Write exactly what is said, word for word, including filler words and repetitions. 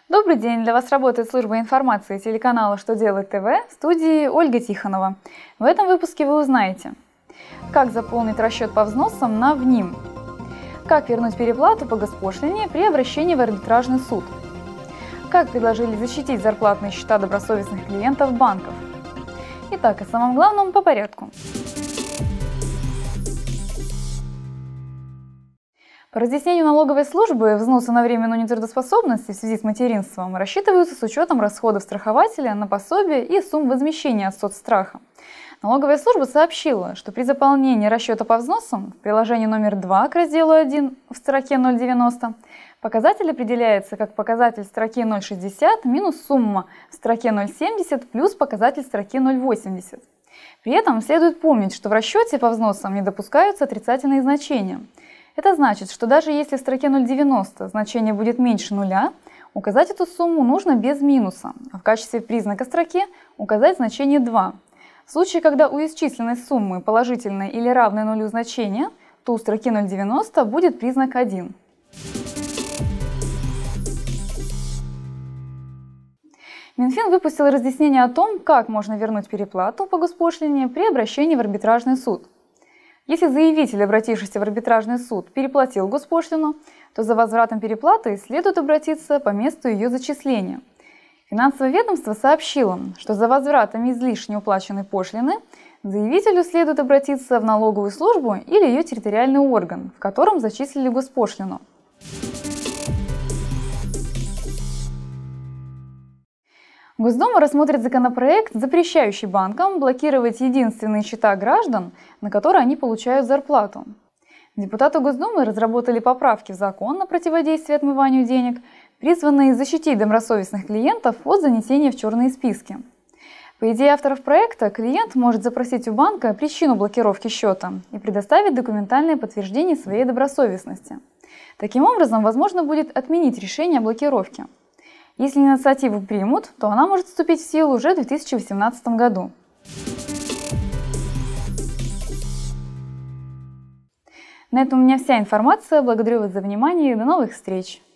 Добрый день! Для вас работает служба информации телеканала «Что делает ТВ», в студии Ольга Тихонова. В этом выпуске вы узнаете, как заполнить расчет по взносам на ВНИМ, как вернуть переплату по госпошлине при обращении в арбитражный суд, как предложили защитить зарплатные счета добросовестных клиентов банков. Итак, о самом главном по порядку. По разъяснению налоговой службы, взносы на временную нетрудоспособность в связи с материнством рассчитываются с учетом расходов страхователя на пособие и сумм возмещения от соцстраха. Налоговая служба сообщила, что при заполнении расчета по взносам в приложении номер два к разделу один в строке ноль девяносто показатель определяется как показатель строки ноль шестьдесят минус сумма в строке ноль семьдесят плюс показатель строки ноль восемьдесят. При этом следует помнить, что в расчете по взносам не допускаются отрицательные значения. Это значит, что даже если в строке ноль девяносто значение будет меньше нуля, указать эту сумму нужно без минуса, а в качестве признака строки указать значение два. В случае, когда у исчисленной суммы положительное или равное нулю значение, то у строки ноль девяносто будет признак один. Минфин выпустил разъяснение о том, как можно вернуть переплату по госпошлине при обращении в арбитражный суд. Если заявитель, обратившийся в арбитражный суд, переплатил госпошлину, то за возвратом переплаты следует обратиться по месту ее зачисления. Финансовое ведомство сообщило, что за возвратом излишне уплаченной пошлины заявителю следует обратиться в налоговую службу или ее территориальный орган, в котором зачислили госпошлину. Госдума рассмотрит законопроект, запрещающий банкам блокировать единственные счета граждан, на которые они получают зарплату. Депутаты Госдумы разработали поправки в закон на противодействие отмыванию денег, призванные защитить добросовестных клиентов от занесения в черные списки. По идее авторов проекта, клиент может запросить у банка причину блокировки счета и предоставить документальное подтверждение своей добросовестности. Таким образом, возможно будет отменить решение о блокировке. Если инициативу примут, то она может вступить в силу уже в две тысячи восемнадцатом году. На этом у меня вся информация. Благодарю вас за внимание и до новых встреч!